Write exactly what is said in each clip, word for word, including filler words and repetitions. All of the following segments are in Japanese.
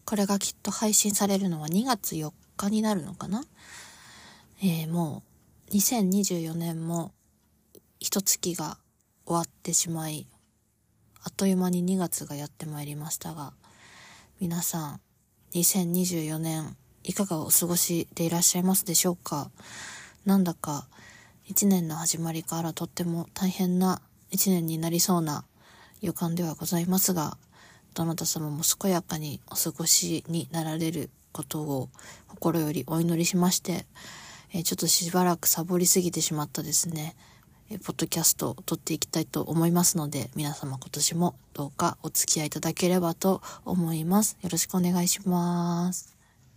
これがきっと配信されるのはにがつよっかになるのかな。えー、もうにせんにじゅうよねんも一月が終わってしまい、あっという間ににがつがやってまいりましたが、皆さんにせんにじゅうよねんいかがお過ごしでいらっしゃいますでしょうか。なんだかいちねんの始まりからとっても大変ないちねんになりそうな予感ではございますが、どなた様も健やかにお過ごしになられることを心よりお祈りしまして、えー、ちょっとしばらくサボりすぎてしまったですね、えー、ポッドキャストを撮っていきたいと思いますので、皆様今年もどうかお付き合いいただければと思います。よろしくお願いします。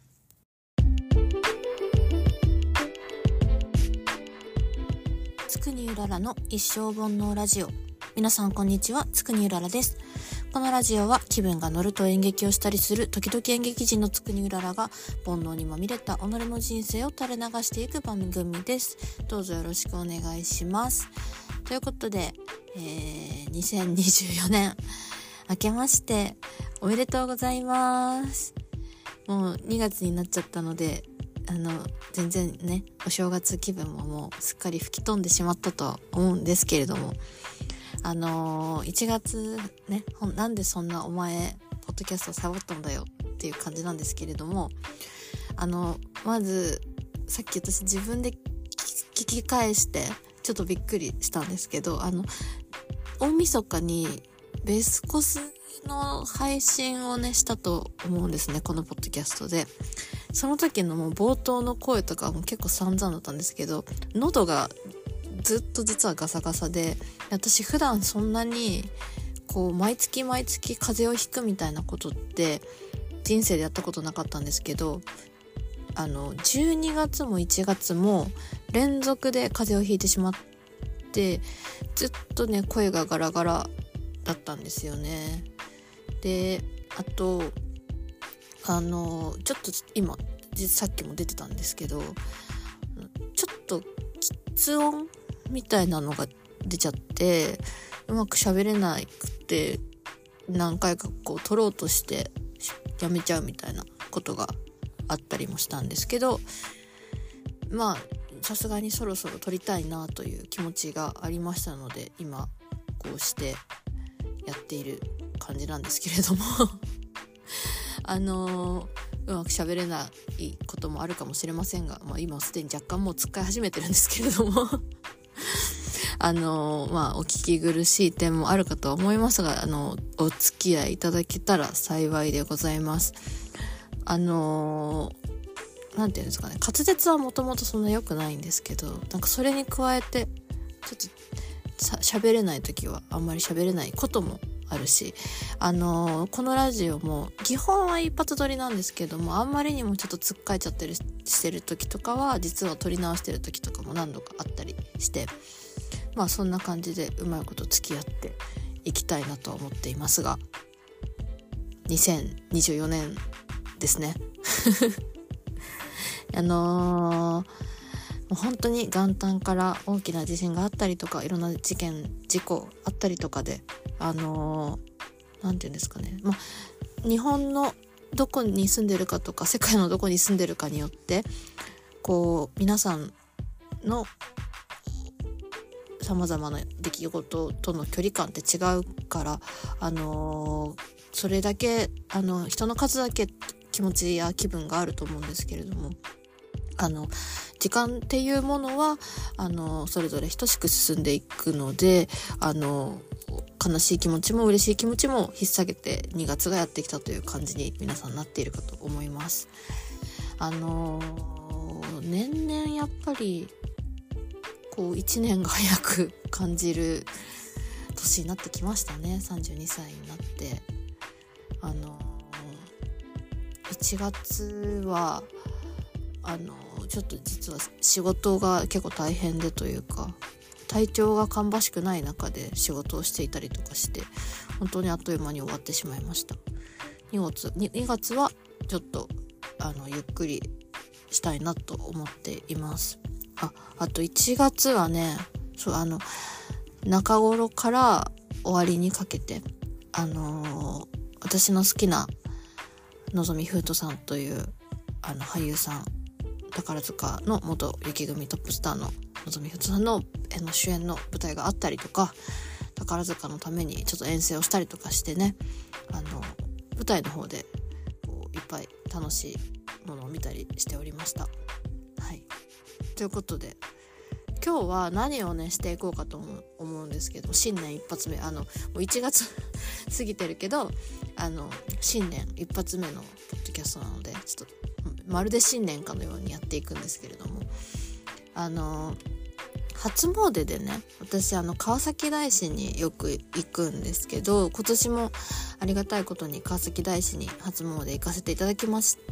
つくにうららの一生煩悩ラジオ。皆さんこんにちは、つくにうららです。このラジオは気分が乗ると演劇をしたりする時々演劇人のつくにうららが煩悩にまみれた己の人生を垂れ流していく番組です。どうぞよろしくお願いします。ということで、えー、にせんにじゅうよねん明けましておめでとうございます。もうにがつになっちゃったので、あの全然ね、お正月気分ももうすっかり吹き飛んでしまったとは思うんですけれども、あのー、いちがつね、なんでそんなお前ポッドキャストサボったんだよっていう感じなんですけれども、あのまずさっき私自分で聞き返してちょっとびっくりしたんですけど、あの大晦日にベスコスの配信をねしたと思うんですね、このポッドキャストで。その時のもう冒頭の声とかも結構散々だったんですけど、喉がずっと実はガサガサで、私普段そんなにこう毎月毎月風邪をひくみたいなことって人生でやったことなかったんですけど、あのじゅうにがつもいちがつも連続で風邪をひいてしまって、ずっとね声がガラガラだったんですよね。で、あとあのちょっと今さっきも出てたんですけど、ちょっと喫音みたいなのが出ちゃってうまく喋れなくて、何回かこう撮ろうとしてやめちゃうみたいなことがあったりもしたんですけど、まあさすがにそろそろ撮りたいなという気持ちがありましたので、今こうしてやっている感じなんですけれどもあのー、うまく喋れないこともあるかもしれませんが、まあ、今すでに若干もう使い始めてるんですけれどもあのー、まあお聞き苦しい点もあるかとは思いますが、あのー、お付き合いいただけたら幸いでございます。あのー、なんていうんですかね、滑舌はもともとそんな良くないんですけど、なんかそれに加えてちょっと喋れない時はあんまり喋れないこともあるし、あのー、このラジオも基本は一発撮りなんですけども、あんまりにもちょっとつっかえちゃったりしてる時とかは実は撮り直してる時とかも何度かあったりして、まあそんな感じでうまいこと付き合っていきたいなと思っていますが、にせんにじゅうよねんですねあのー、もう本当に元旦から大きな地震があったりとか、いろんな事件事故あったりとかで、あのー、なんていうんですかね、まあ日本のどこに住んでるかとか世界のどこに住んでるかによってこう皆さんのさまざまな出来事との距離感って違うから、あのー、それだけあの人の数だけ気持ちや気分があると思うんですけれども、あの時間っていうものはあのそれぞれ等しく進んでいくので、あの悲しい気持ちも嬉しい気持ちも引っ提げてにがつがやってきたという感じに皆さんなっているかと思います。あのー、年々やっぱりこういちねんが早く感じる年になってきましたね。さんじゅうにさいになって、あのー、いちがつはあのー、ちょっと実は仕事が結構大変でというか、体調が芳しくない中で仕事をしていたりとかして、本当にあっという間に終わってしまいました。にがつ、にがつはちょっとあのゆっくりしたいなと思っています。あ、あといちがつはね、そうあの中頃から終わりにかけて、あのー、私の好きなのぞみふうとさんというあの俳優さん、宝塚の元雪組トップスターののぞみふうとさんのあの主演の舞台があったりとか、宝塚のためにちょっと遠征をしたりとかしてね、あの舞台の方でこういっぱい楽しいものを見たりしておりました。はい、ということで今日は何をねしていこうかと思う、思うんですけど、新年一発目、あのもういちがつ過ぎてるけど、あの新年一発目のポッドキャストなので、ちょっとまるで新年かのようにやっていくんですけれども、あの初詣でね、私あの川崎大師によく行くんですけど、今年もありがたいことに川崎大師に初詣行かせていただきまして、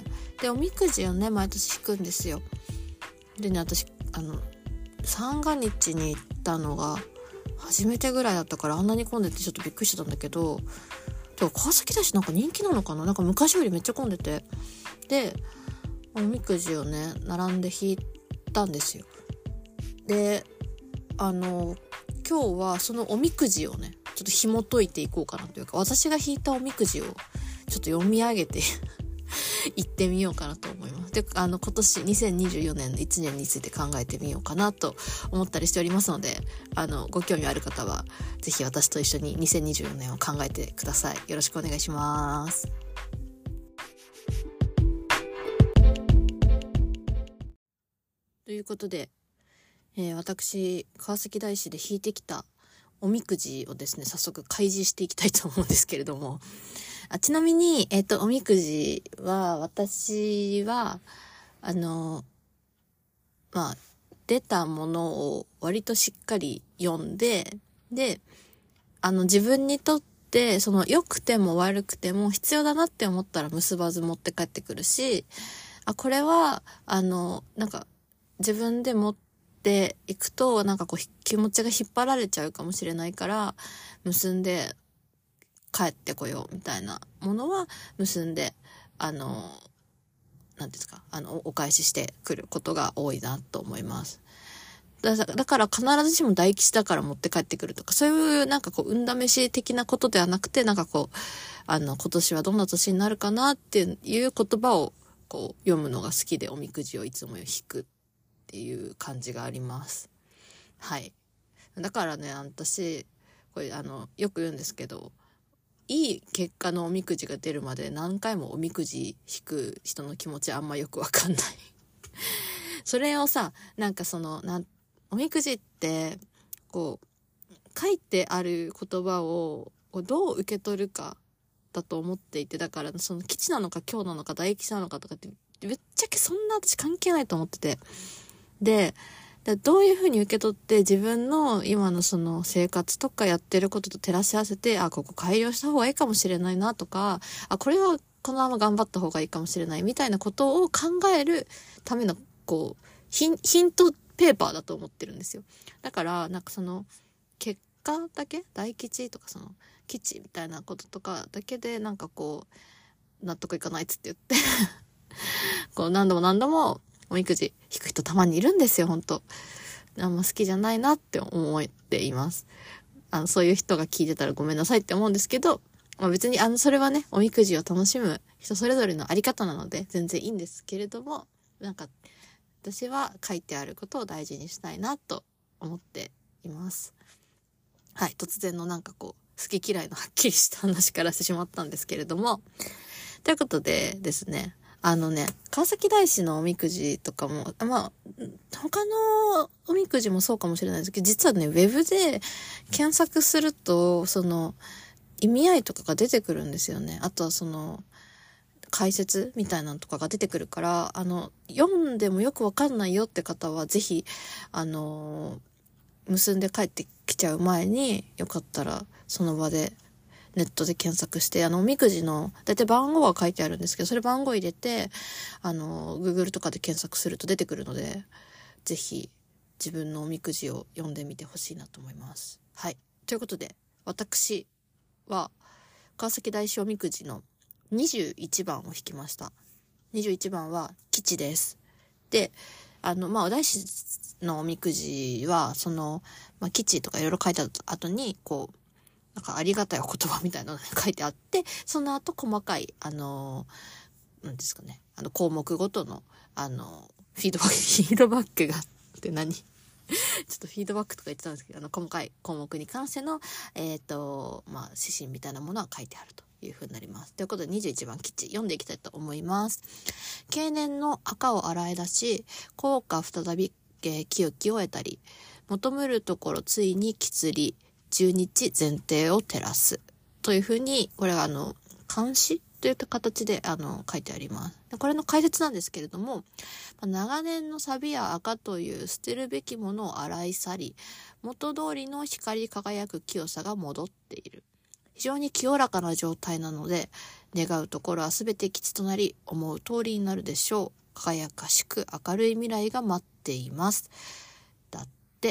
でおみくじをね毎年引くんですよ。でね、私あの三が日に行ったのが初めてぐらいだったから、あんなに混んでてちょっとびっくりしてたんだけど、でも川崎大師なんか人気なのかな、なんか昔よりめっちゃ混んでて、でおみくじをね並んで引いたんですよ。であの今日はそのおみくじをねちょっと紐解いていこうかなというか、私が引いたおみくじをちょっと読み上げて行ってみようかなと思います。で、あの今年にせんにじゅうよねんのいちねんについて考えてみようかなと思ったりしておりますので、あのご興味ある方はぜひ私と一緒ににせんにじゅうよねんを考えてください。よろしくお願いします。ということで、えー、私川崎大師で引いてきたおみくじをですね早速開示していきたいと思うんですけれども、あちなみに、えっと、おみくじは、私は、あの、まあ、出たものを割としっかり読んで、で、あの、自分にとって、その、良くても悪くても必要だなって思ったら結ばず持って帰ってくるし、あ、これは、あの、なんか、自分で持っていくと、なんかこう、気持ちが引っ張られちゃうかもしれないから、結んで、帰ってこようみたいなものは結んで、あの何ですか、あのお返ししてくることが多いなと思います。だ, だから必ずしも大吉だから持って帰ってくるとか、そういうなんかこう運試し的なことではなくて、なんかこうあの今年はどんな年になるかなっていう言葉をこう読むのが好きで、おみくじをいつも引くっていう感じがあります。はい。だからね、私これあのよく言うんですけど、いい結果のおみくじが出るまで何回もおみくじ引く人の気持ちあんまよくわかんないそれをさ、なんかそのなんおみくじってこう書いてある言葉をどう受け取るかだと思っていて、だからその吉なのか凶なのか大吉なのかとかってぶっちゃけそんな私関係ないと思ってて、でどういうふうに受け取って自分の今のその生活とかやってることと照らし合わせて、あ、ここ改良した方がいいかもしれないなとか、あ、これはこのまま頑張った方がいいかもしれないみたいなことを考えるためのこうヒン、ヒントペーパーだと思ってるんですよ。だからなんかその結果だけ大吉とかその吉みたいなこととかだけでなんかこう納得いかないっつって言ってこう何度も何度もおみくじ引く人たまにいるんですよ、本当。あんま好きじゃないなって思っています。あのそういう人が聞いてたらごめんなさいって思うんですけど、まあ、別にあのそれはね、おみくじを楽しむ人それぞれのあり方なので全然いいんですけれども、なんか私は書いてあることを大事にしたいなと思っています。はい、突然のなんかこう好き嫌いのはっきりした話からしてしまったんですけれども、ということでですね、あのね、川崎大師のおみくじとかも、まあ、他のおみくじもそうかもしれないですけど、実はね、ウェブで検索すると、その、意味合いとかが出てくるんですよね。あとはその、解説みたいなのとかが出てくるから、あの、読んでもよくわかんないよって方は、ぜひ、あの、結んで帰ってきちゃう前に、よかったら、その場で、ネットで検索して、あのおみくじのだいたい番号が書いてあるんですけど、それ番号入れてあの Google とかで検索すると出てくるので、ぜひ自分のおみくじを読んでみてほしいなと思います。はい、ということで私は川崎大師おみくじのにじゅういちばんを引きました。にじゅういちばんは吉です。で、あのまあ大師のおみくじはその、まあ、吉とかいろいろ書いてあった後にこうなんかありがたいお言葉みたいなのが書いてあって、その後細かい、あのー、なんですかね、あの項目ごとの、あのー、フィードバック、フィードバックがあって何ちょっとフィードバックとか言ってたんですけど、あの、細かい項目に関しての、えっと、まあ、指針みたいなものは書いてあるというふうになります。ということで、にじゅういちばんきっちり読んでいきたいと思います。経年の赤を洗い出し、効果再び、えー、清きを得たり、求むるところついにきつり、十日前提を照らす。というふうに、これはあの、漢詩といった形であの書いてあります。これの解説なんですけれども、長年の錆や赤という捨てるべきものを洗い去り、元通りの光り輝く清さが戻っている。非常に清らかな状態なので、願うところはすべて吉となり、思う通りになるでしょう。輝かしく明るい未来が待っています。だって、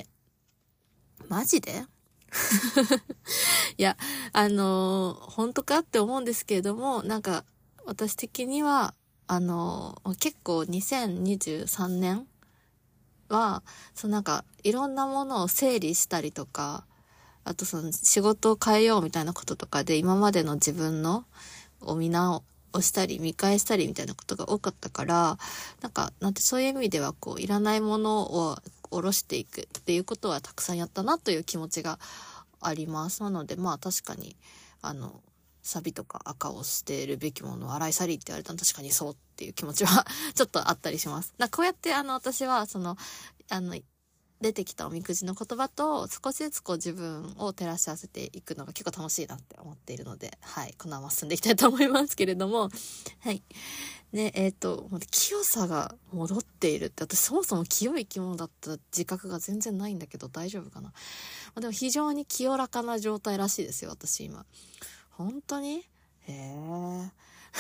マジでいや、あのー、本当かって思うんですけれども、なんか、私的には、あのー、結構にせんにじゅうさんねんは、そのなんか、いろんなものを整理したりとか、あとその仕事を変えようみたいなこととかで、今までの自分のを見直したり、見返したりみたいなことが多かったから、なんか、なんてそういう意味では、こう、いらないものを下ろしていくっていうことはたくさんやったなという気持ちがあります。なのでまあ確かにあのサビとか赤を捨てるべきものを洗い去りって言われたら確かにそうっていう気持ちはちょっとあったりします。だこうやってあの私はそのあの出てきたおみくじの言葉と少しずつこう自分を照らし合わせていくのが結構楽しいなって思っているので、はい、このまま進んでいきたいと思いますけれども、はい。ね、えっと、清さが戻っているって、私そもそも清い生き物だった自覚が全然ないんだけど大丈夫かな。でも非常に清らかな状態らしいですよ、私今。本当に？へー。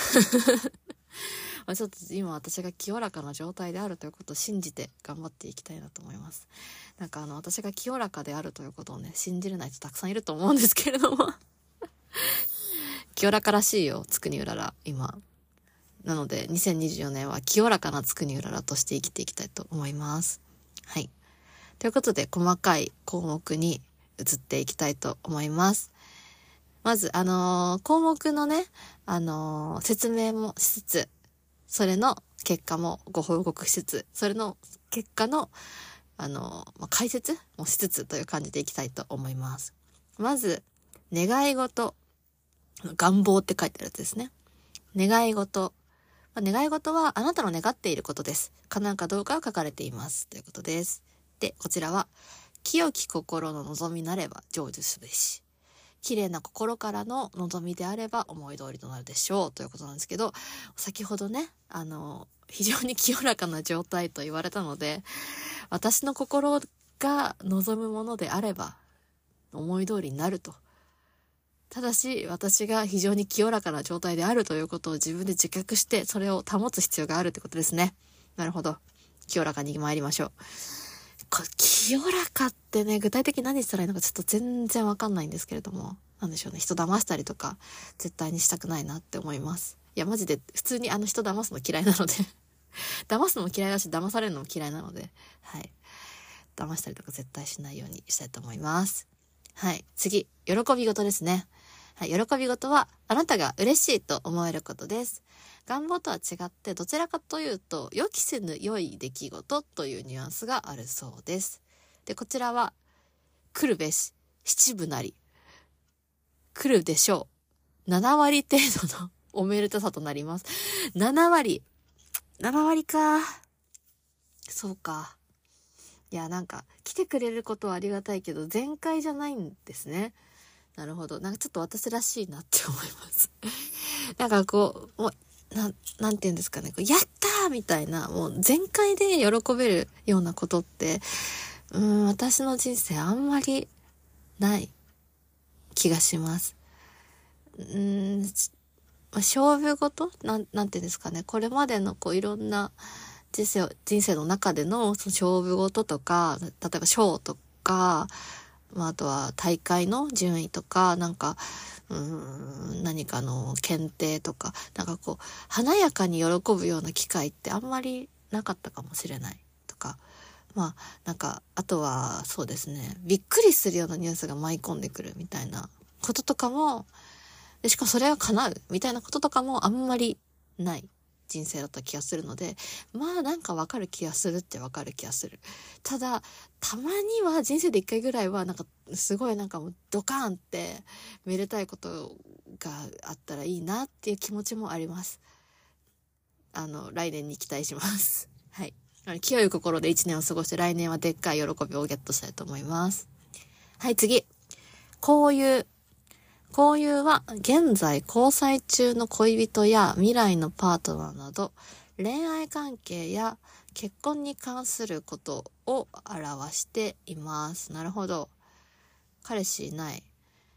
ちょっと今私が清らかな状態であるということを信じて頑張っていきたいなと思います。なんかあの私が清らかであるということをね、信じれない人たくさんいると思うんですけれども清らからしいよ、つくにうらら今。なのでにせんにじゅうよねんは清らかなつくにうららとして生きていきたいと思います。はい。ということで細かい項目に移っていきたいと思います。まずあのー、項目のね、あのー、説明もしつつ、それの結果もご報告しつつ、それの結果のあのー、まあ、解説もしつつという感じでいきたいと思います。まず願い事、願望って書いてあるやつですね。願い事。願い事はあなたの願っていることです。叶うかどうかが書かれていますということです。で、こちらは清き心の望みなれば成就すべし。綺麗な心からの望みであれば思い通りとなるでしょうということなんですけど、先ほどね、あの非常に清らかな状態と言われたので、私の心が望むものであれば思い通りになると。ただし私が非常に清らかな状態であるということを自分で自覚して、それを保つ必要があるってことですね。なるほど。清らかに参りましょう。これ清らかってね、具体的に何したらいいのかちょっと全然わかんないんですけれども、なんでしょうね、人騙したりとか絶対にしたくないなって思います。いやマジで普通にあの人騙すの嫌いなので騙すのも嫌いだし騙されるのも嫌いなので、はい、騙したりとか絶対しないようにしたいと思います。はい、次、喜び事ですね。はい、喜び事はあなたが嬉しいと思えることです。願望とは違ってどちらかというと予期せぬ良い出来事というニュアンスがあるそうです。で、こちらは来るべし七分なり、来るでしょう、ななわり程度のおめでたさとなります。ななわりななわりか、そうか。いや、なんか来てくれることはありがたいけど全開じゃないんですね。なるほど。なんかちょっと私らしいなって思いますなんかこう、もうな、なんて言うんですかね、こうやったーみたいな、もう全開で喜べるようなことって、うーん、私の人生あんまりない気がします。うーん、勝負事なん、なんて言うんですかね、これまでのこういろんな人生、人生の中でのその勝負事とか、例えば賞とか、まあ、あとは大会の順位とか、なんか、うーん、何かの検定とか、なんかこう、華やかに喜ぶような機会ってあんまりなかったかもしれないとか、まあ、なんか、あとは、そうですね、びっくりするようなニュースが舞い込んでくるみたいなこととかも、でしかもそれが叶うみたいなこととかもあんまりない人生だった気がするので、まあなんかわかる気がするってわかる気がする。ただたまには人生で一回ぐらいはなんかすごいなんかもうドカーンってめでたいことがあったらいいなっていう気持ちもあります。あの来年に期待します。はい。清い心で一年を過ごして来年はでっかい喜びをゲットしたいと思います。はい、次。交友。交友は現在交際中の恋人や未来のパートナーなど恋愛関係や結婚に関することを表しています。なるほど。彼氏いない。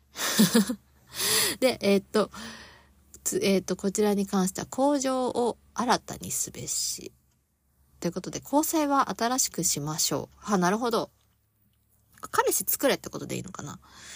で、えー、っと、えー、っと、こちらに関しては向上を新たにすべし。ということで、交際は新しくしましょう。は、なるほど。彼氏作れってことでいいのかな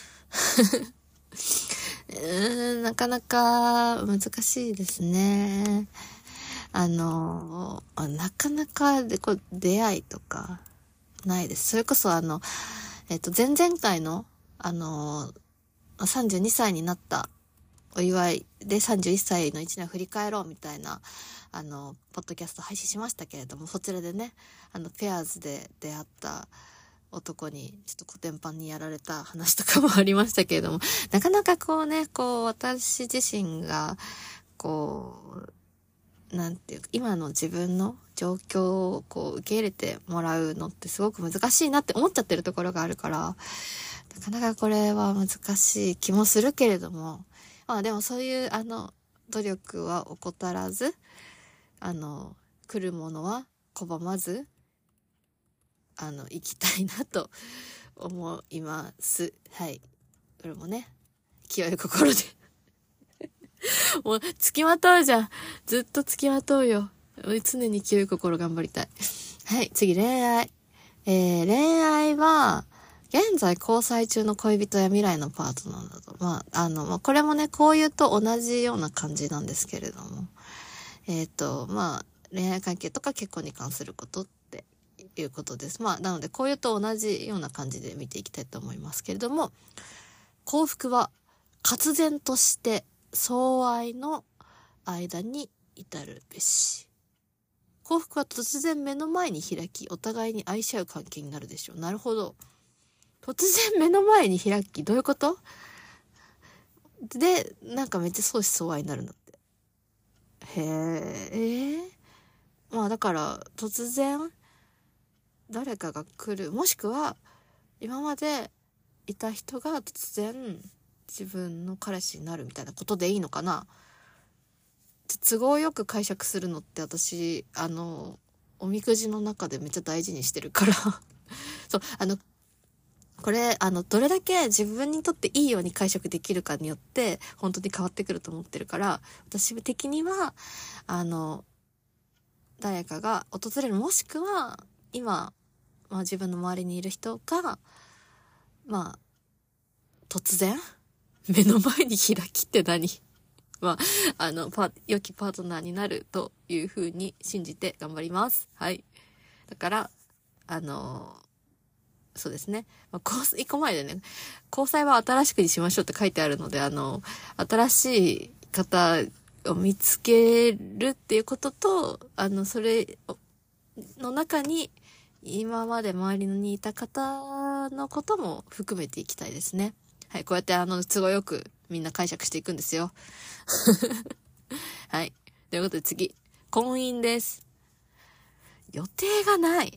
うーん、なかなか難しいですね。あの、なかなかでこう出会いとかないです。それこそあの、えっと、前々回の、あの、さんじゅうにさいになったお祝いでさんじゅういっさいのいちねんを振り返ろうみたいな、あの、ポッドキャスト配信しましたけれども、そちらでね、あの、ペアーズで出会った男に、ちょっとコテンパンにやられた話とかもありましたけれども、なかなかこうね、こう、私自身が、こう、なんていうか、今の自分の状況をこう、受け入れてもらうのってすごく難しいなって思っちゃってるところがあるから、なかなかこれは難しい気もするけれども、まあでもそういうあの努力は怠らず、あの来るものは拒まず、あの行きたいなと思います。はい。これもね、清い心でもう付きまとうじゃん。ずっと付きまとうよ。常に清い心頑張りたい。はい、次恋愛。えー、恋愛は現在交際中の恋人や未来のパートナーなど、まあ、あの、まあ、これもね、こういうと同じような感じなんですけれども、えっと、まあ、恋愛関係とか結婚に関することっていうことです。まあ、なので、こういうと同じような感じで見ていきたいと思いますけれども、幸福は活然として相愛の間に至るべし。幸福は突然目の前に開き、お互いに愛し合う関係になるでしょう。なるほど。突然目の前に開き、どういうことで、なんかめっちゃ相思相愛になるんだって。へえ、えー、まあだから、突然、誰かが来る。もしくは、今までいた人が突然、自分の彼氏になるみたいなことでいいのかな。都合よく解釈するのって私、あの、おみくじの中でめっちゃ大事にしてるから。そう、あの、これ、あの、どれだけ自分にとっていいように解釈できるかによって、本当に変わってくると思ってるから、私的には、あの、誰かが訪れる、もしくは、今、まあ自分の周りにいる人が、まあ、突然、目の前に開きって何まあ、あの、パ、良きパートナーになるというふうに信じて頑張ります。はい。だから、あの、そうですね。まあ、交際、一個前でね、交際は新しくにしましょうって書いてあるので、あの、新しい方を見つけるっていうことと、あの、それの中に、今まで周りにいた方のことも含めていきたいですね。はい、こうやってあの、都合よくみんな解釈していくんですよ。はい。ということで次、婚姻です。予定がない。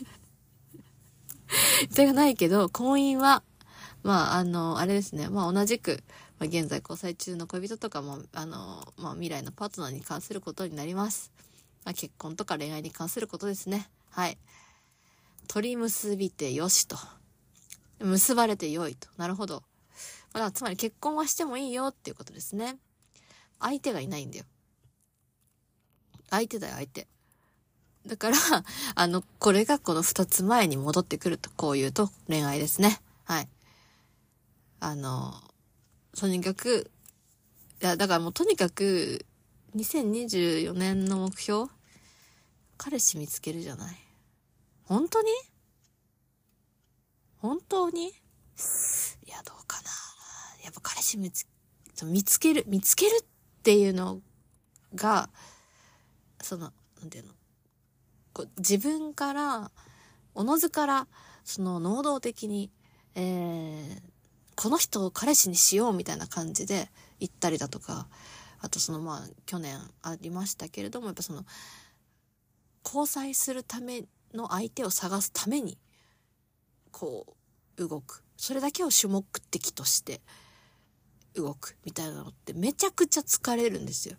予定がないけど、婚姻は、まあ、あの、あれですね。まあ、同じく、まあ、現在交際中の恋人とかも、あの、まあ、未来のパートナーに関することになります。まあ、結婚とか恋愛に関することですね。はい。取り結びてよしと。結ばれてよいと。なるほど。まあ、つまり結婚はしてもいいよっていうことですね。相手がいないんだよ。相手だよ、相手。だから、あの、これがこの二つ前に戻ってくると、こういうと恋愛ですね。はい。あの、とにかく、いや、だからもうとにかく、にせんにじゅうよねんの目標、彼氏見つけるじゃない。本当に本当にいや、どうかな。いや、 っぱ彼氏見つ、見つける、見つけるっていうのが、その、なんていうの、こう自分から、おのずから、その能動的に、えー、この人を彼氏にしようみたいな感じで行ったりだとか、あとそのまあ去年ありましたけれども、やっぱその交際するための相手を探すためにこう動く、それだけを主目的として動くみたいなのってめちゃくちゃ疲れるんですよ。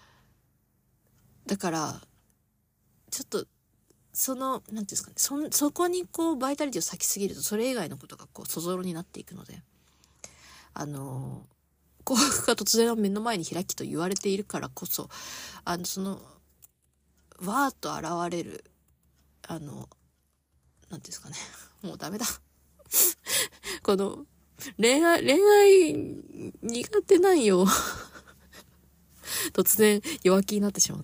だからちょっとそのなんていうんですかね、そそこにこうバイタリティを割きすぎるとそれ以外のことがこうそぞろになっていくので、あの幸福が突然目の前に開きと言われているからこそ、あのそのわーっと現れるあのなんていうんですかね、もうダメだこの恋愛恋愛苦手なんよ突然弱気になってしまった。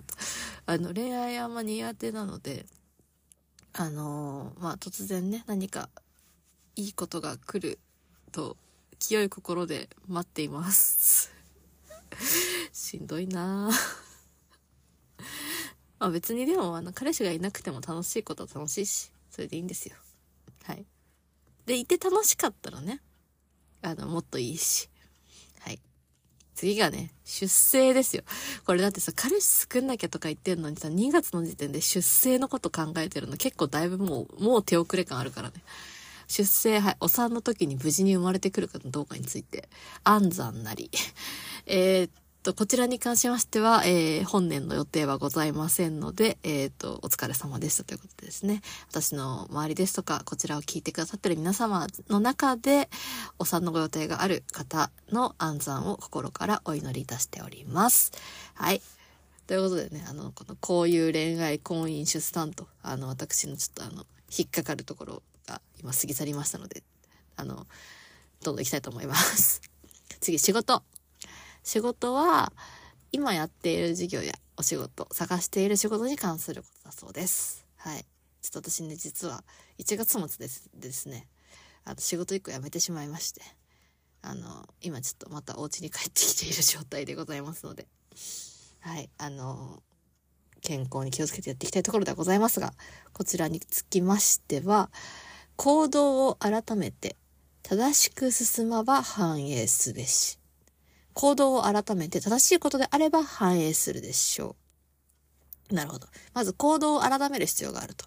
あの恋愛あんま苦手なので、あのー、まあ突然ね何かいいことが来ると清い心で待っていますしんどいなまあ別にでもあの彼氏がいなくても楽しいことは楽しいし、それでいいんですよ。はい。でいて楽しかったらね、あのもっといいし。はい。次がね、出生ですよ。これだってさ、彼氏作んなきゃとか言ってんのにさ、にがつの時点で出生のこと考えてるの結構だいぶもう、もう手遅れ感あるからね。出生、はい、お産の時に無事に生まれてくるかどうかについて、安産なり。えー、っと、こちらに関しましては、えー、本年の予定はございませんので、えー、っと、お疲れ様でしたということでですね、私の周りですとか、こちらを聞いてくださってる皆様の中で、お産のご予定がある方の安産を心からお祈りいたしております。はい。ということでね、あの、この、こういう恋愛、婚姻、出産と、あの、私のちょっとあの、引っかかるところが今過ぎ去りましたので、あの、どんどん行きたいと思います。次、仕事。仕事は、今やっている事業やお仕事、探している仕事に関することだそうです。はい。ちょっと私ね、実はいちがつ末ですですね、あと仕事いっこ辞めてしまいまして、あの、今ちょっとまたお家に帰ってきている状態でございますので、はい、あの、健康に気をつけてやっていきたいところではございますが、こちらにつきましては、行動を改めて正しく進まば反映すべし。行動を改めて正しいことであれば反映するでしょう。なるほど。まず行動を改める必要があると。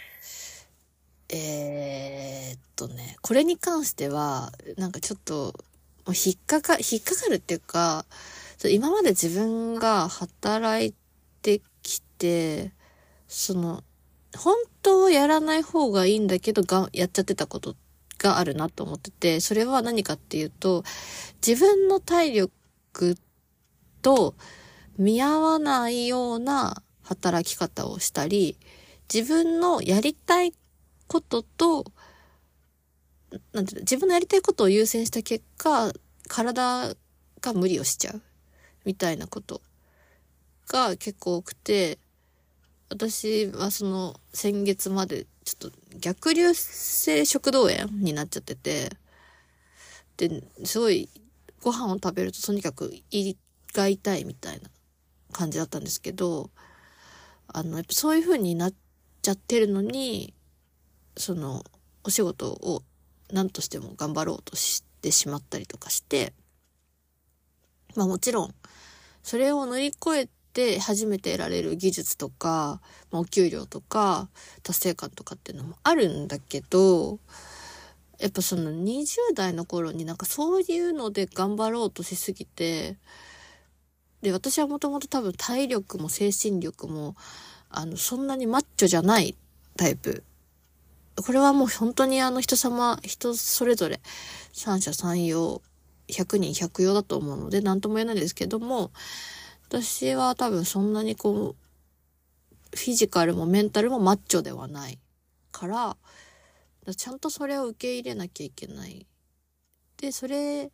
えー、っとね、これに関しては、なんかちょっと、引っかか、引っかかるっていうか、今まで自分が働いてきて、その、本当はやらない方がいいんだけどが、やっちゃってたことがあるなと思ってて、それは何かっていうと、自分の体力と見合わないような働き方をしたり、自分のやりたいことと、なんていうの、自分のやりたいことを優先した結果、体が無理をしちゃうみたいなことが結構多くて、私はその先月までちょっと逆流性食道炎になっちゃってて、で、すごいご飯を食べるととにかく胃が痛いみたいな感じだったんですけど、あの、やっぱそういう風になっちゃってるのに、そのお仕事を何としても頑張ろうとしてしまったりとかして、まあもちろんそれを乗り越えて初めて得られる技術とか、まあ、お給料とか達成感とかっていうのもあるんだけど、やっぱそのにじゅう代の頃になんかそういうので頑張ろうとしすぎて、で私はもともと多分体力も精神力もあのそんなにマッチョじゃないタイプ。これはもう本当にあの人様人それぞれ三者三様ひゃくにん百様だと思うので何とも言えないんですけども、私は多分そんなにこうフィジカルもメンタルもマッチョではないから、ちゃんとそれを受け入れなきゃいけない。でそれ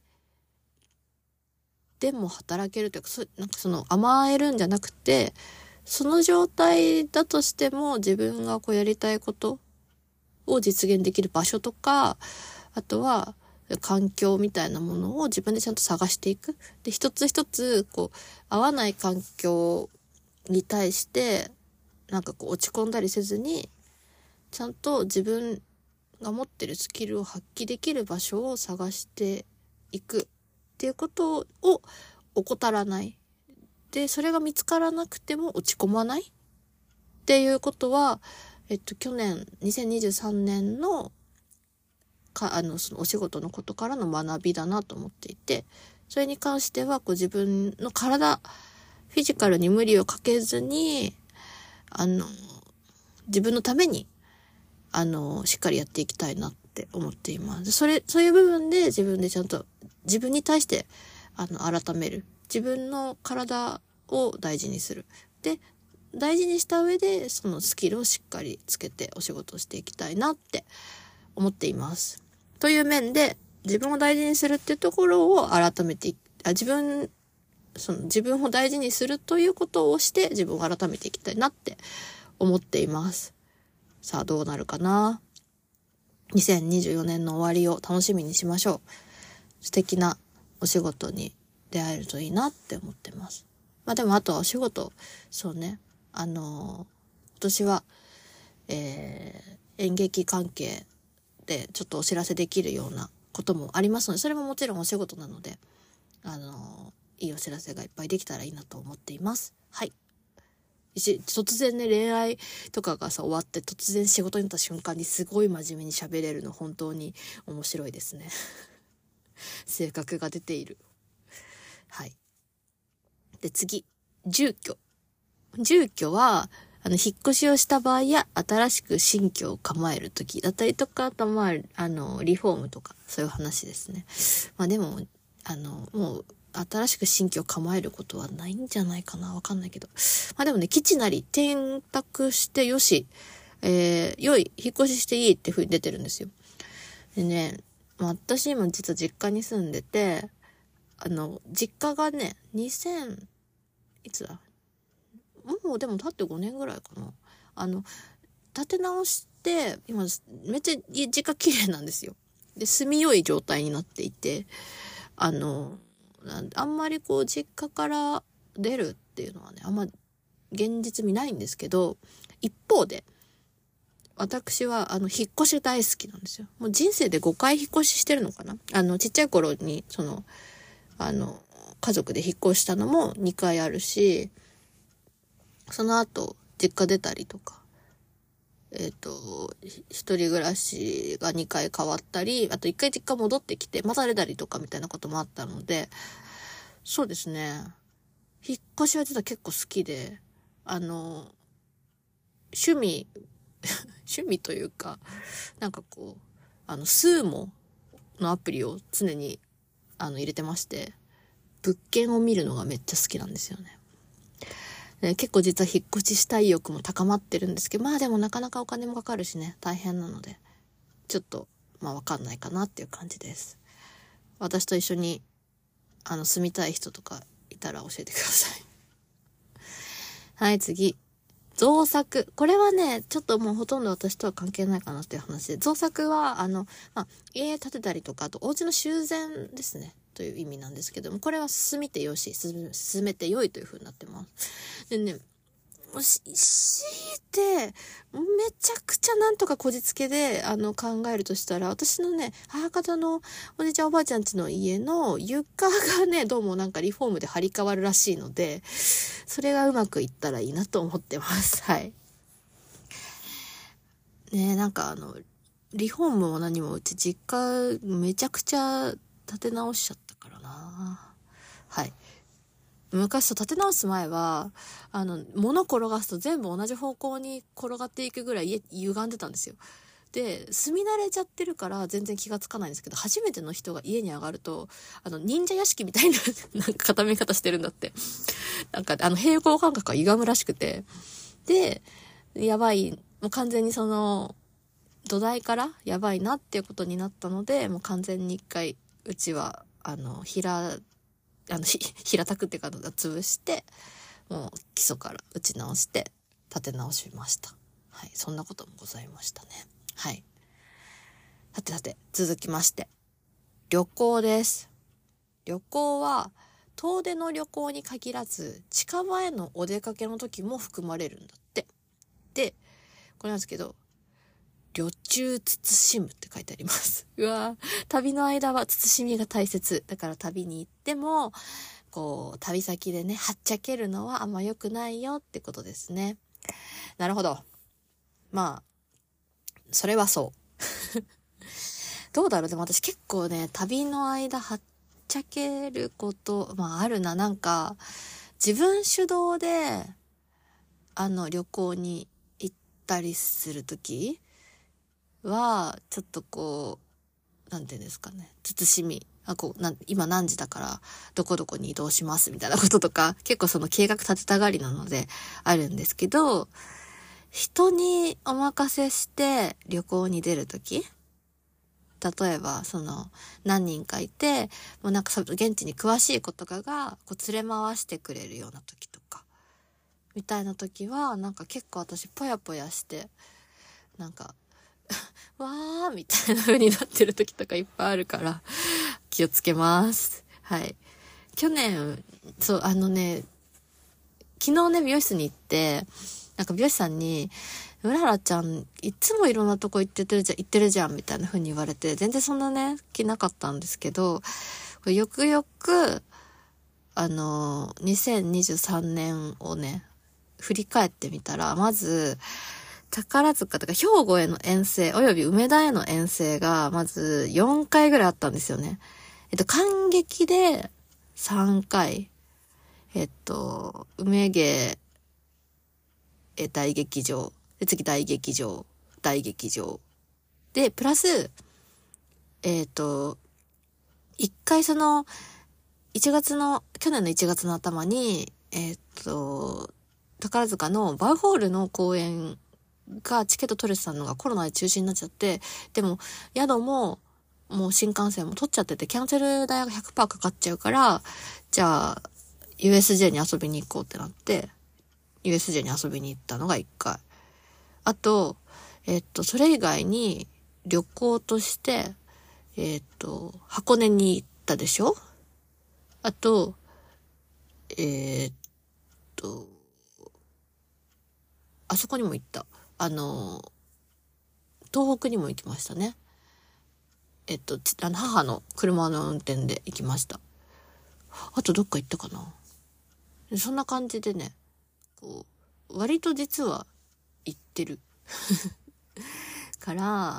でも働けるというか、そなんかその甘えるんじゃなくて、その状態だとしても自分がこうやりたいことを実現できる場所とか、あとは環境みたいなものを自分でちゃんと探していく。で、一つ一つ、こう、合わない環境に対して、なんかこう落ち込んだりせずに、ちゃんと自分が持ってるスキルを発揮できる場所を探していくっていうことを怠らない。で、それが見つからなくても落ち込まないっていうことは、えっと、去年、にせんにじゅうさんねんの、か、あの、そのお仕事のことからの学びだなと思っていて、それに関しては、こう自分の体、フィジカルに無理をかけずに、あの、自分のために、あの、しっかりやっていきたいなって思っています。それ、そういう部分で自分でちゃんと、自分に対して、あの、改める。自分の体を大事にする。で、大事にした上でそのスキルをしっかりつけてお仕事をしていきたいなって思っています。という面で自分を大事にするっていうところを改めて、あ自分、その自分を大事にするということをして自分を改めていきたいなって思っています。さあどうなるかな。にせんにじゅうよねんの終わりを楽しみにしましょう。素敵なお仕事に出会えるといいなって思ってます。まあでもあとはお仕事、そうね。あのー、今年は、えー、演劇関係でちょっとお知らせできるようなこともありますので、それももちろんお仕事なので、あのー、いいお知らせがいっぱいできたらいいなと思っています。はい。突然ね、恋愛とかがさ、終わって突然仕事になった瞬間にすごい真面目に喋れるの本当に面白いですね。性格が出ている。はい。で、次。住居。住居は、あの、引っ越しをした場合や、新しく新居を構えるときだったりとか、あと、まあ、あの、リフォームとか、そういう話ですね。まあでも、あの、もう、新しく新居を構えることはないんじゃないかな。わかんないけど。まあでもね、基地なり転宅してよし、えー、良い、引っ越ししていいって風に出てるんですよ。でね、まあ、私今実は実家に住んでて、あの、実家がね、にせん、いつだもうでも経ってごねんぐらいかな。あの、建て直して、今、めっちゃ実家綺麗なんですよ。で、住みよい状態になっていて、あの、あんまりこう、実家から出るっていうのはね、あんま現実見ないんですけど、一方で、私は、あの、引っ越し大好きなんですよ。もう人生でごかい引っ越ししてるのかな。あの、ちっちゃい頃に、その、あの、家族で引っ越したのもにかいあるし、その後、実家出たりとか、えっと、一人暮らしがにかい変わったり、あといっかい実家戻ってきて、また出たりとかみたいなこともあったので、そうですね。引っ越しは実は結構好きで、あの、趣味、趣味というか、なんかこう、あの、スーモのアプリを常に、あの、入れてまして、物件を見るのがめっちゃ好きなんですよね。ね、結構実は引っ越ししたい意欲も高まってるんですけど、まあでもなかなかお金もかかるしね、大変なので、ちょっと、まあわかんないかなっていう感じです。私と一緒に、あの、住みたい人とかいたら教えてください。はい、次。造作。これはね、ちょっともうほとんど私とは関係ないかなっていう話で、造作は、あの、まあ、家建てたりとか、あとお家の修繕ですね。という意味なんですけども、これは進みてよし、進めてよいという風になってます。でね、し、強いて、めちゃくちゃなんとかこじつけで、あの、考えるとしたら、私のね、母方のおじいちゃんおばあちゃん家の家の床がね、どうもなんかリフォームで張り替わるらしいので、それがうまくいったらいいなと思ってます。はい。ね、なんかあの、リフォームも何もうち実家めちゃくちゃ建て直しちゃったからな。はい。昔と建て直す前は、あの、物転がすと全部同じ方向に転がっていくぐらい家歪んでたんですよ。で、住み慣れちゃってるから全然気がつかないんですけど、初めての人が家に上がると、あの、忍者屋敷みたいな、なんか固め方してるんだって。なんか、あの、平行感覚が歪むらしくて。で、やばい、もう完全にその、土台からやばいなっていうことになったので、もう完全に一回、うちは、あの、平、あの、ひ、平たくっていうか、潰して、もう基礎から打ち直して、立て直しました。はい。そんなこともございましたね。はい。さてさて、続きまして。 旅行です。旅行は遠出の旅行に限らず近場へのお出かけの時も含まれるんだって。で、これなんですけど、旅中慎むって書いてあります。うわー、旅の間は慎みが大切。だから旅に行っても、こう、旅先でね、はっちゃけるのはあんま良くないよってことですね。なるほど。まあ、それはそう。どうだろう、でも私結構ね、旅の間はっちゃけること、まああるな。なんか、自分主導で、あの、旅行に行ったりするときは、ちょっとこう、なんていうんですかね、慎み。あ、こう、な今何時だから、どこどこに移動しますみたいなこととか、結構その計画立てたがりなので、あるんですけど、人にお任せして旅行に出るとき、例えば、その、何人かいて、もうなんかその現地に詳しい子とかが、こう連れ回してくれるような時とか、みたいな時は、なんか結構私ぽやぽやして、なんか、わーみたいな風になってる時とかいっぱいあるから、気をつけます。はい。去年、そう、あのね、昨日ね、美容室に行って、なんか美容師さんに、うららちゃん、いつもいろんなとこ行ってるじゃん、行ってるじゃん、みたいな風に言われて、全然そんなね、気なかったんですけど、よくよく、あの、にせんにじゅうさんねんをね、振り返ってみたら、まず、宝塚とか兵庫への遠征、および梅田への遠征が、まずよんかいぐらいあったんですよね。えっと、感激でさんかい、えっと、梅芸、え、大劇場、で、次大劇場、大劇場。で、プラス、えっと、一回その、いちがつの、去年のいちがつの頭に、えっと、宝塚のバウホールの公演がチケット取れてたのがコロナで中止になっちゃって、でも、宿も、もう新幹線も取っちゃってて、キャンセル代が ひゃくパーセント かかっちゃうから、じゃあ、ユーエスジェー に遊びに行こうってなって、ユーエスジェー に遊びに行ったのがいっかい。あと、えっと、それ以外に旅行として、えっと、箱根に行ったでしょ？あと、えっと、あそこにも行った。あの、東北にも行きましたね。えっと、あの母の車の運転で行きました。あとどっか行ったかな？そんな感じでね、こう、割と実は行ってる。から、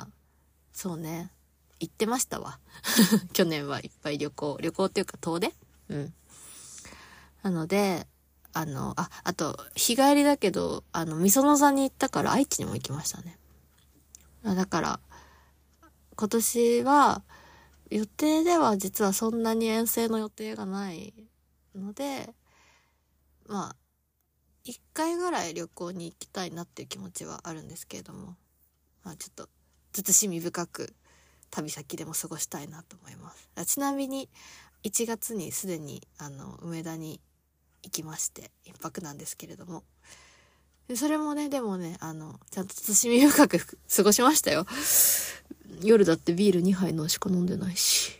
そうね、行ってましたわ。去年はいっぱい旅行、旅行っていうか遠出？うん。なので、あの、あ、あと、日帰りだけど、あの、みその座に行ったから愛知にも行きましたね。だから、今年は、予定では実はそんなに遠征の予定がないので、まあ、一回ぐらい旅行に行きたいなっていう気持ちはあるんですけれども、まあちょっと、慎み深く旅先でも過ごしたいなと思います。ちなみに、いちがつにすでに、あの、梅田に行きまして、一泊なんですけれども、でそれもね、でもね、あの、ちゃんと慎み深く過ごしましたよ。夜だってビールにはいのしか飲んでないし。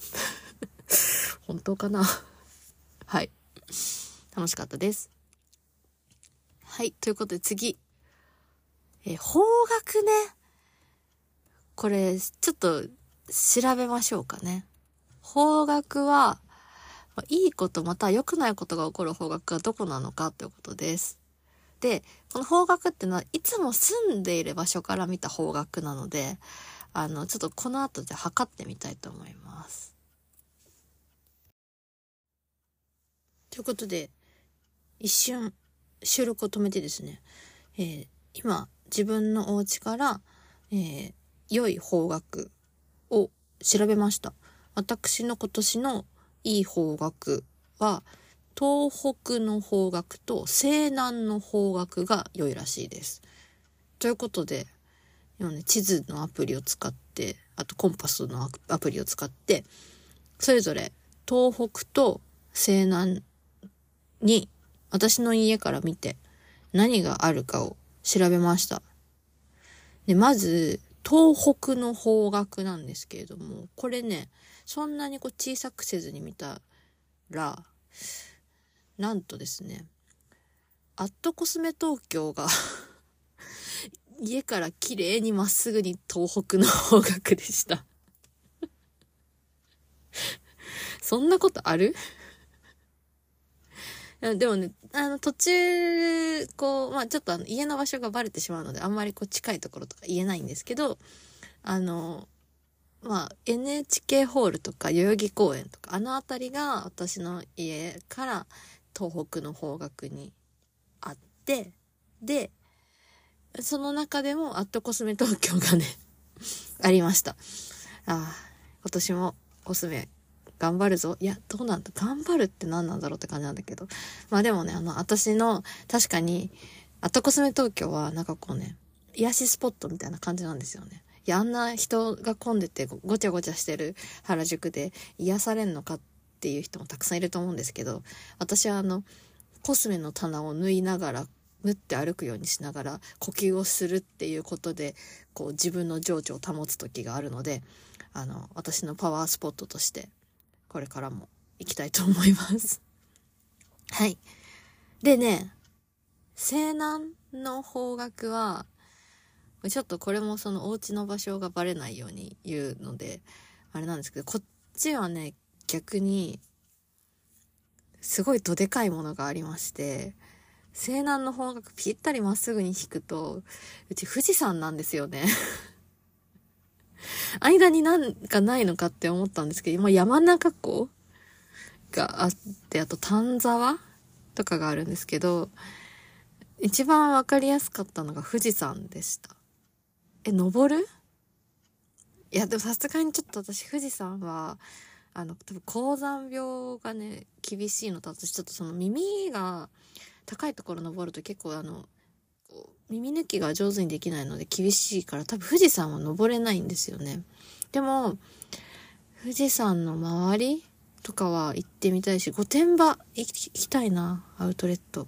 本当かな？はい。楽しかったです。はい。ということで次。え、邦楽ね。これ、ちょっと調べましょうかね。邦楽は、いいことまたは良くないことが起こる邦楽がどこなのかということです。で、この邦楽ってのはいつも住んでいる場所から見た邦楽なので、あの、ちょっとこの後で測ってみたいと思います。ということで、一瞬収録を止めてですね、えー、今自分のお家から、えー、良い邦楽を調べました。私の今年のいい邦楽は、東北の邦楽と西南の邦楽が良いらしいです。ということで、今ね、地図のアプリを使って、あとコンパスのアプリを使って、それぞれ東北と西南に私の家から見て何があるかを調べました。で、まず、東北の邦楽なんですけれども、これね、 そんなにこう小さくせずに見たら、なんとですね、アットコスメ東京が家から綺麗にまっすぐに東北の方角でしたそんなことあるでもね、あの途中こうまあちょっとあの家の場所がバレてしまうのであんまりこう近いところとか言えないんですけど、あのまあ エヌエイチケー ホールとか代々木公園とかあの辺りが私の家から東北の方角にあって、でその中でもアットコスメ東京がねありました。ああ、今年もコスメ頑張るぞ。いや、どうなんだ、頑張るって何なんだろうって感じなんだけど、まあでもね、あの私の確かにアットコスメ東京はなんかこうね、癒しスポットみたいな感じなんですよね。いや、あんな人が混んでてごちゃごちゃしてる原宿で癒されんのかっていう人もたくさんいると思うんですけど、私はあのコスメの棚を縫いながら縫って歩くようにしながら呼吸をするっていうことでこう自分の情緒を保つ時があるので、あの私のパワースポットとしてこれからも行きたいと思いますはい。でね、西南の方角はちょっとこれもそのお家の場所がバレないように言うのであれなんですけど、こっちはね逆にすごいどでかいものがありまして、西南の方角ぴったりまっすぐに引くとうち富士山なんですよね間になんかないのかって思ったんですけど、今山中湖があって、あと丹沢とかがあるんですけど、一番わかりやすかったのが富士山でした。え、登る？いやでもさすがにちょっと私富士山はあの多分高山病がね厳しいのと、私ちょっとその耳が高いところ登ると結構あの耳抜きが上手にできないので厳しいから、多分富士山は登れないんですよね。でも富士山の周りとかは行ってみたいし、御殿場行きたいな、アウトレット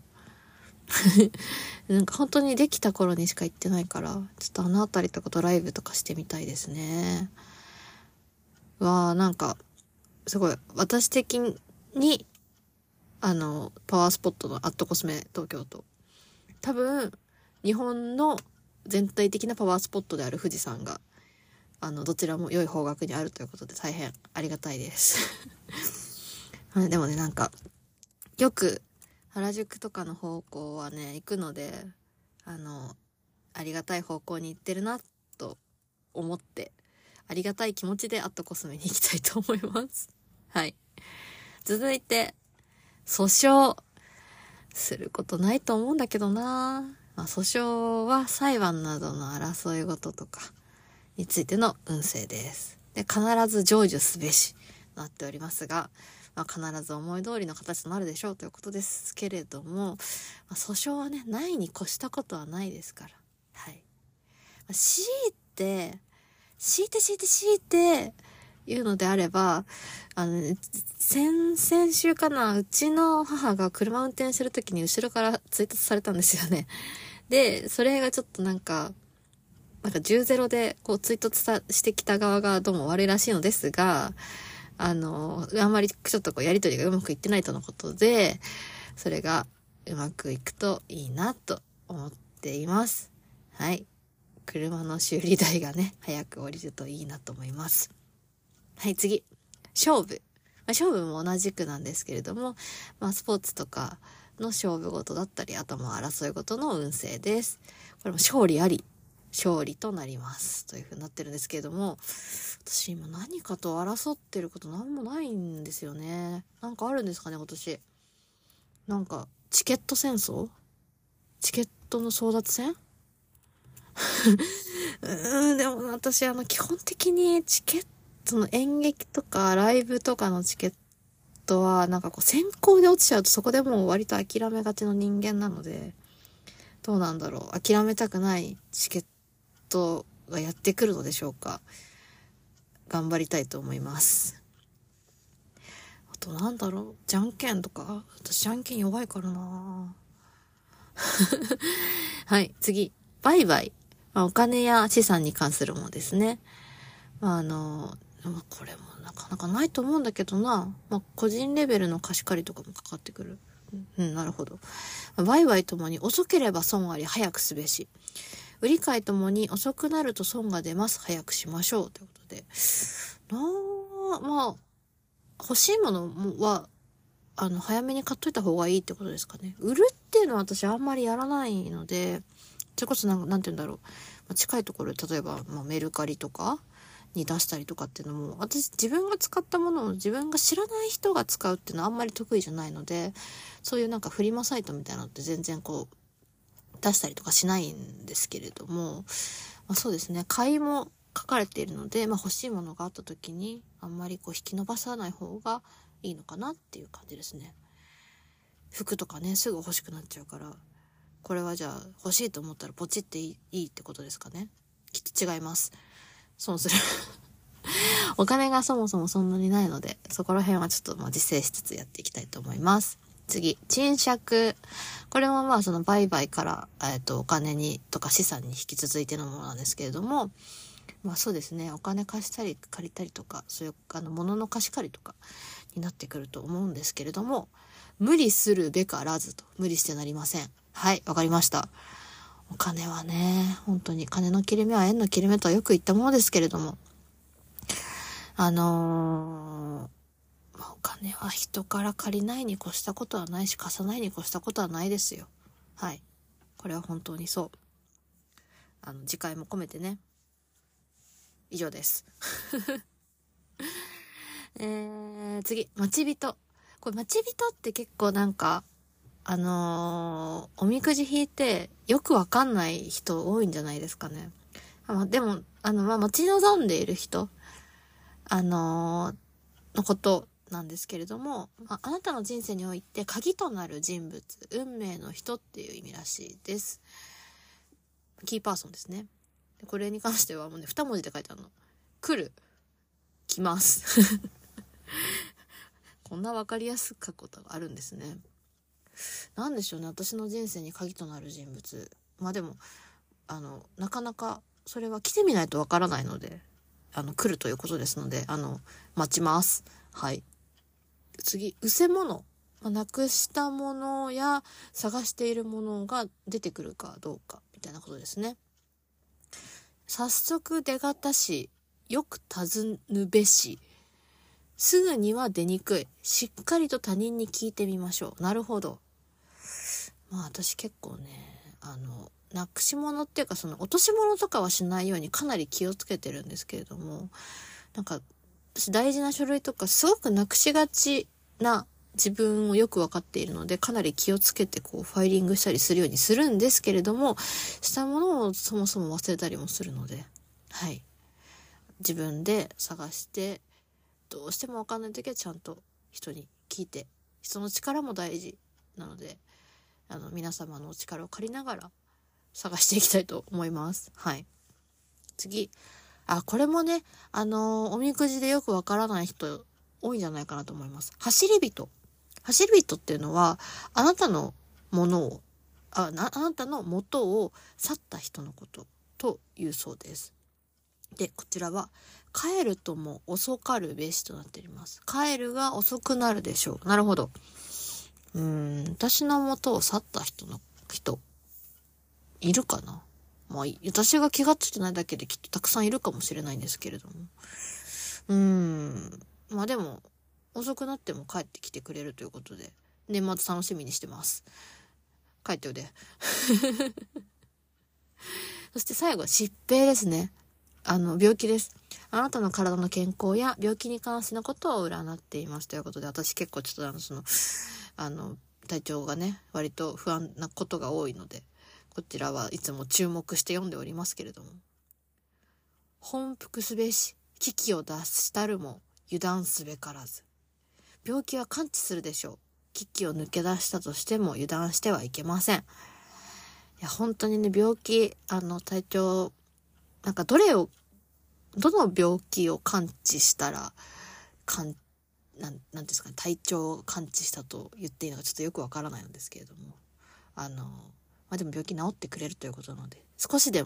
なんか本当にできた頃にしか行ってないから、ちょっとあの辺りとかドライブとかしてみたいですね。わー、なんかすごい私的にあのパワースポットのアットコスメ東京と、多分日本の全体的なパワースポットである富士山があのどちらも良い方角にあるということで大変ありがたいですでもね、なんかよく原宿とかの方向はね行くので、あのありがたい方向に行ってるなと思って、ありがたい気持ちでアットコスメに行きたいと思いますはい。続いて訴訟することないと思うんだけどな、まあ、訴訟は裁判などの争い事とかについての運勢です。で、必ず成就すべしなっておりますが、まあ、必ず思い通りの形となるでしょうということですけれども、まあ、訴訟はねないに越したことはないですから、はい。まあ、強いて強いて強いて強いていうのであれば、あの、ね、先々週かな、うちの母が車運転してる時に後ろから追突されたんですよね。で、それがちょっとなんか、なんかじゅうたいでこう追突さしてきた側がどうも悪いらしいのですが、あの、あんまりちょっとこうやりとりがうまくいってないとのことで、それがうまくいくといいなと思っています。はい。車の修理代がね、早く降りるといいなと思います。はい、次。勝負。まあ、勝負も同じくなんですけれども、まあ、スポーツとかの勝負事だったり、あとまあ争い事の運勢です。これも勝利あり、勝利となります。という風になってるんですけれども、私今何かと争ってることなんもないんですよね。なんかあるんですかね、今年。なんか、チケット戦争？チケットの争奪戦？うーん、でも私あの基本的にチケットの演劇とかライブとかのチケットはなんかこう先行で落ちちゃうとそこでもう割と諦めがちの人間なので、どうなんだろう、諦めたくないチケットがやってくるのでしょうか。頑張りたいと思います。あとなんだろう、じゃんけんとか、私じゃんけん弱いからなはい、次、売買。まあ、お金や資産に関するものですね。まあ、あのまあ、これもなかなかないと思うんだけどな。まあ、個人レベルの貸し借りとかもかかってくる。うん、なるほど。売買ともに遅ければ損あり早くすべし。売り買いともに遅くなると損が出ます。早くしましょう。ということで。なあ、まあ、欲しいものは、あの、早めに買っといた方がいいってことですかね。売るっていうのは私あんまりやらないので、それこそなん、なんて言うんだろう。まあ、近いところで、例えば、まあ、メルカリとかに出したりとかっていうのも、私自分が使ったものを自分が知らない人が使うっていうのはあんまり得意じゃないので、そういうなんかフリマサイトみたいなのって全然こう、出したりとかしないんですけれども、まあ、そうですね。買いも書かれているので、まあ、欲しいものがあった時にあんまりこう引き伸ばさない方がいいのかなっていう感じですね。服とかね、すぐ欲しくなっちゃうから、これはじゃあ欲しいと思ったらポチっていい、いいってことですかね。きっと違います。損するお金がそもそもそんなにないので、そこら辺はちょっとまあ自制しつつやっていきたいと思います。次、賃借。これもまあその売買から、えっと、お金にとか資産に引き続いてのものなんですけれども、まあそうですね、お金貸したり借りたりとか、そういうあの物の貸し借りとかになってくると思うんですけれども、無理するべからずと、無理してなりません。はい、わかりました。お金はね、本当に金の切れ目は縁の切れ目とはよく言ったものですけれども、あのー、お金は人から借りないに越したことはないし、貸さないに越したことはないですよ。はい。これは本当にそう。あの、次回も込めてね。以上です。えー、次、待ち人。これ待ち人って結構なんか、あのー、おみくじ引いてよくわかんない人多いんじゃないですかね。まあ、でも、あの、まあ、待ち望んでいる人、あのー、のことなんですけれども、あ、あなたの人生において鍵となる人物、運命の人っていう意味らしいです。キーパーソンですね。これに関してはもうね、二文字で書いてあるの。来る。来ます。こんなわかりやすく書くことがあるんですね。なんでしょうね、私の人生に鍵となる人物。まあでも、あの、なかなか、それは来てみないとわからないので、あの、来るということですので、あの、待ちます。はい。次、うせもの。まあ、なくしたものや探しているものが出てくるかどうか、みたいなことですね。早速出がたし、よく尋ぬべし。すぐには出にくい。しっかりと他人に聞いてみましょう。なるほど。まあ私結構ね、あの、なくし物っていうかその落とし物とかはしないようにかなり気をつけてるんですけれども、なんか私大事な書類とかすごくなくしがちな自分をよくわかっているので、かなり気をつけてこうファイリングしたりするようにするんですけれども、したものをそもそも忘れたりもするので、はい。自分で探して、どうしてもわかんないときはちゃんと人に聞いて、人の力も大事なので、あの皆様のお力を借りながら探していきたいと思います。はい。次。あ、これもね、あのー、おみくじでよくわからない人多いんじゃないかなと思います。走り人。走り人っていうのは、あなたのものを、あな、あなたの元を去った人のことというそうです。で、こちらは、帰るとも遅かるべしとなっております。帰るが遅くなるでしょう。なるほど。うーん、私の元を去った人の人、いるかな。まあ、私が気がついてないだけできっとたくさんいるかもしれないんですけれども。うーん、まあでも、遅くなっても帰ってきてくれるということで、年末楽しみにしてます。帰っておいで。そして最後、疾病ですね。あの、病気です。あなたの体の健康や病気に関してのことを占っていますということで、私結構ちょっとあの、その、あの、体調がね、割と不安なことが多いので、こちらはいつも注目して読んでおりますけれども。本服すべし、危機を脱したるも油断すべからず。病気は完治するでしょう。危機を抜け出したとしても油断してはいけません。いや、本当にね、病気、あの、体調、なんかどれを、どの病気を完治したら、かん、なん、なんですかね、体調を完治したと言っていいのかちょっとよくわからないんですけれども。あの、まあ、でも病気治ってくれるということなので、少しでも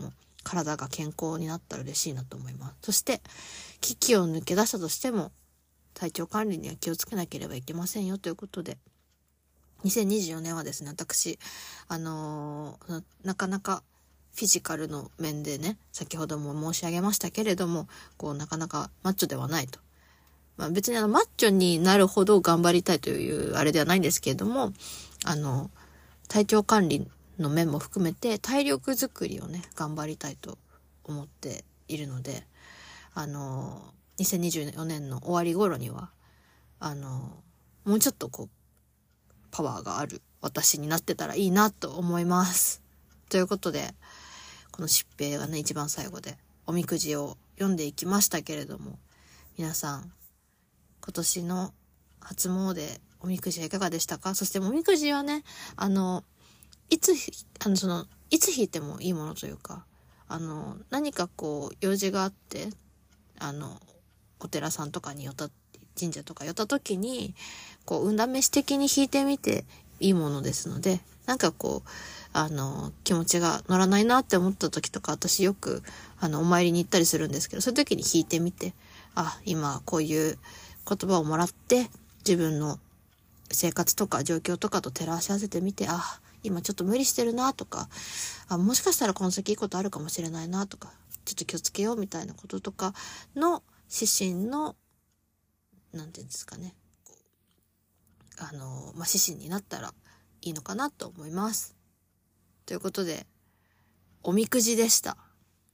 体が健康になったら嬉しいなと思います。そして危機を抜け出したとしても体調管理には気をつけなければいけませんよということで、にせんにじゅうよねんはですね、私あのー、な, なかなかフィジカルの面でね、先ほども申し上げましたけれども、こうなかなかマッチョではないと。まあ、別にあのマッチョになるほど頑張りたいというあれではないんですけれども、あの体調管理の面も含めて体力づくりをね頑張りたいと思っているので、あのにせんにじゅうよねんの終わり頃にはあのもうちょっとこうパワーがある私になってたらいいなと思います。ということで、この疾病がね一番最後でおみくじを読んでいきましたけれども、皆さん今年の初詣おみくじはいかがでしたか？そしておみくじはね、あのいつあのそのいつ引いてもいいものというか、あの何かこう用事があってあのお寺さんとかに寄った神社とか寄った時にこう運試し的に引いてみていいものですので、なんかこうあの気持ちが乗らないなって思った時とか、私よくあのお参りに行ったりするんですけど、そういう時に引いてみて、あ今こういう言葉をもらって自分の生活とか状況とかと照らし合わせてみて、あ今ちょっと無理してるなとか、あもしかしたらこの先いいことあるかもしれないなとか、ちょっと気をつけようみたいなこととかの指針のなんていうんですかね、あの、まあ、指針になったらいいのかなと思います。ということでおみくじでした。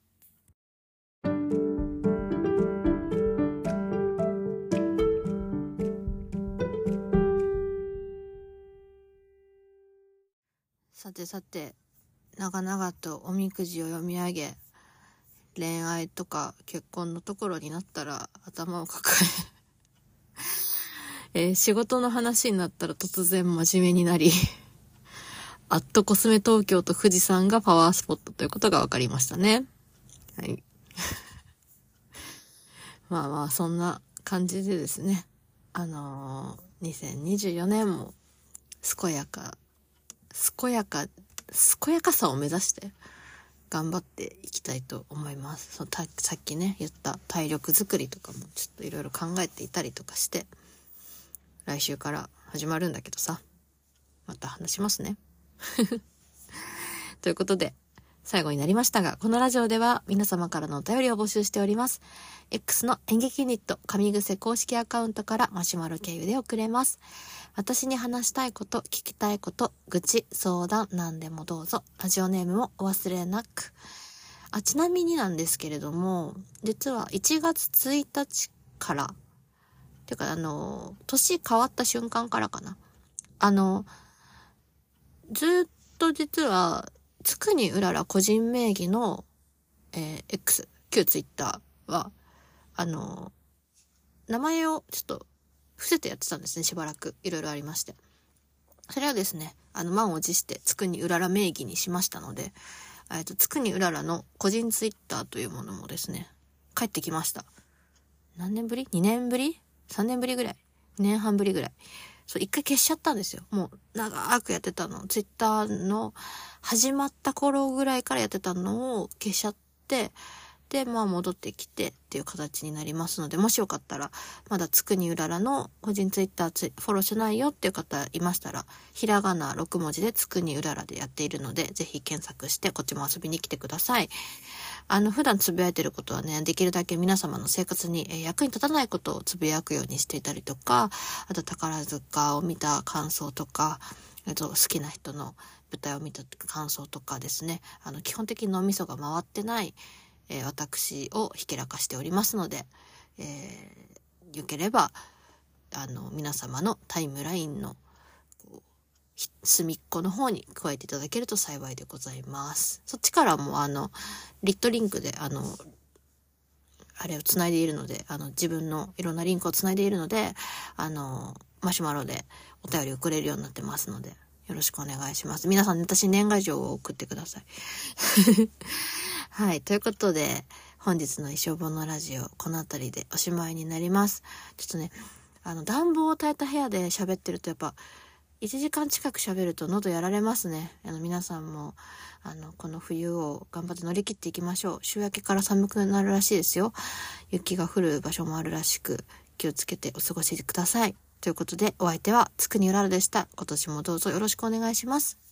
さてさて、長々とおみくじを読み上げ、恋愛とか結婚のところになったら頭を抱ええー、仕事の話になったら突然真面目になりアットコスメ東京と富士山がパワースポットということが分かりましたね。はいまあまあそんな感じでですね、あのー、にせんにじゅうよねんも健やか健やか健やかさを目指して頑張っていきたいと思います。そのたさっきね言った体力づくりとかもちょっといろいろ考えていたりとかして、来週から始まるんだけどさ、また話しますねということで最後になりましたが、このラジオでは皆様からのお便りを募集しております。 X の演劇ユニット神癖公式アカウントからマシュマロ経由で送れます。私に話したいこと、聞きたいこと、愚痴、相談、何でもどうぞ。ラジオネームもお忘れなく。あ、ちなみになんですけれども、実はいちがつついたちからていうかあの年変わった瞬間からかな、あのずっと実はつくにうらら個人名義の、えー、X 旧ツイッターはあの名前をちょっと伏せてやってたんですね。しばらくいろいろありまして、それはですねあの満を持してつくにうらら名義にしましたので、えっとつくにうららの個人ツイッターというものもですね帰ってきました。何年ぶり ?に 年ぶりさんねんぶりぐらい、にねんはんぶりぐらい、そう一回消しちゃったんですよ。もう長くやってたの、ツイッターの始まった頃ぐらいからやってたのを消しちゃって、でまあ戻ってきてっていう形になりますので、もしよかったらまだつくにうららの個人ツイッターツイフォローしないよっていう方いましたら、ひらがなろくもじでつくにうららでやっているので、ぜひ検索してこっちも遊びに来てください。あの普段つぶやいてることはね、できるだけ皆様の生活に、えー、役に立たないことをつぶやくようにしていたりとか、あと宝塚を見た感想とか、えっと好きな人の舞台を見た感想とかですね、あの基本的に脳みそが回ってないえー、私をひけらかしておりますので、えー、よければあの皆様のタイムラインのこう隅っこの方に加えていただけると幸いでございます。そっちからもあのリットリンクであのあれをつないでいるので、あの自分のいろんなリンクをつないでいるので、あのマシュマロでお便り送れるようになってますので、よろしくお願いします。皆さん私に年賀状を送ってくださいはい、ということで本日の一生本のラジオこのあたりでおしまいになります。ちょっとねあの暖房を焚いた部屋で喋ってるとやっぱいちじかん近く喋ると喉やられますね。あの皆さんもあのこの冬を頑張って乗り切っていきましょう。週明けから寒くなるらしいですよ。雪が降る場所もあるらしく、気をつけてお過ごしください。ということで、お相手はつくにうららでした。今年もどうぞよろしくお願いします。